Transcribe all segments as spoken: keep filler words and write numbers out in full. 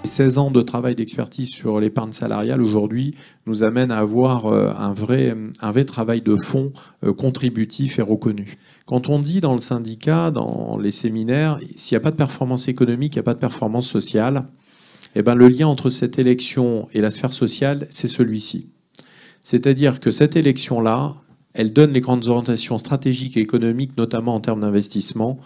seize ans de travail d'expertise sur l'épargne salariale aujourd'hui nous amènent à avoir un vrai, un vrai travail de fond contributif et reconnu. Quand on dit dans le syndicat, dans les séminaires, s'il n'y a pas de performance économique, il n'y a pas de performance sociale, eh ben, le lien entre cette élection et la sphère sociale, c'est celui-ci. C'est-à-dire que cette élection-là, elle donne les grandes orientations stratégiques et économiques, notamment en termes d'investissement.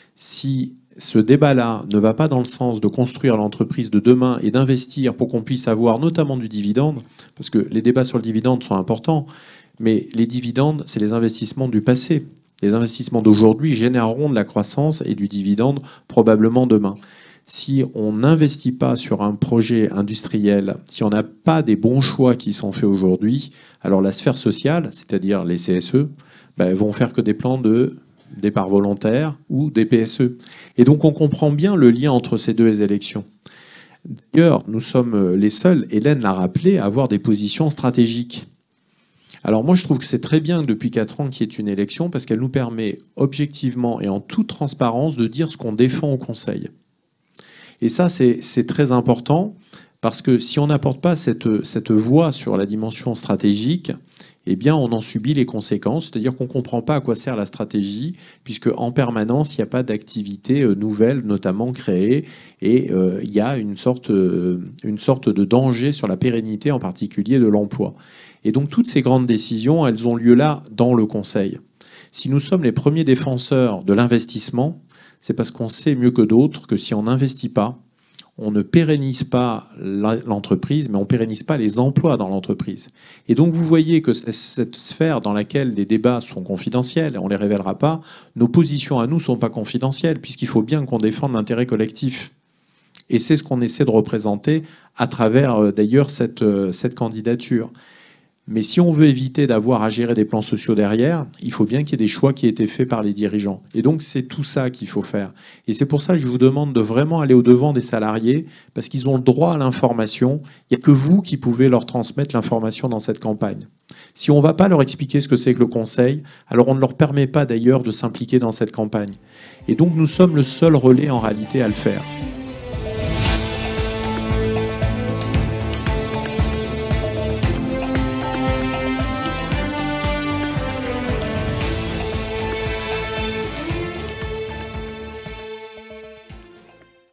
Si ce débat-là ne va pas dans le sens de construire l'entreprise de demain et d'investir pour qu'on puisse avoir notamment du dividende, parce que les débats sur le dividende sont importants, mais les dividendes, c'est les investissements du passé. Les investissements d'aujourd'hui généreront de la croissance et du dividende probablement demain. Si on n'investit pas sur un projet industriel, si on n'a pas des bons choix qui sont faits aujourd'hui, alors la sphère sociale, c'est-à-dire les C S E, ben, vont faire que des plans de départ volontaire ou des P S E. Et donc on comprend bien le lien entre ces deux élections. D'ailleurs, nous sommes les seuls, Hélène l'a rappelé, à avoir des positions stratégiques. Alors moi, je trouve que c'est très bien depuis quatre ans qu'il y ait une élection parce qu'elle nous permet objectivement et en toute transparence de dire ce qu'on défend au Conseil. Et ça, c'est très important parce que si on n'apporte pas cette, cette voix sur la dimension stratégique, eh bien, on en subit les conséquences. C'est-à-dire qu'on ne comprend pas à quoi sert la stratégie puisque en permanence, il n'y a pas d'activité nouvelle, notamment créée, et euh, il y a une sorte, euh, une sorte de danger sur la pérennité, en particulier de l'emploi. Et donc, toutes ces grandes décisions, elles ont lieu là, dans le Conseil. Si nous sommes les premiers défenseurs de l'investissement, c'est parce qu'on sait mieux que d'autres que si on n'investit pas, on ne pérennise pas l'entreprise, mais on ne pérennise pas les emplois dans l'entreprise. Et donc vous voyez que cette sphère dans laquelle les débats sont confidentiels, on ne les révélera pas, nos positions à nous ne sont pas confidentielles, puisqu'il faut bien qu'on défende l'intérêt collectif. Et c'est ce qu'on essaie de représenter à travers d'ailleurs cette, cette candidature. Mais si on veut éviter d'avoir à gérer des plans sociaux derrière, il faut bien qu'il y ait des choix qui aient été faits par les dirigeants. Et donc, c'est tout ça qu'il faut faire. Et c'est pour ça que je vous demande de vraiment aller au-devant des salariés, parce qu'ils ont le droit à l'information. Il n'y a que vous qui pouvez leur transmettre l'information dans cette campagne. Si on ne va pas leur expliquer ce que c'est que le Conseil, alors on ne leur permet pas d'ailleurs de s'impliquer dans cette campagne. Et donc, nous sommes le seul relais en réalité à le faire.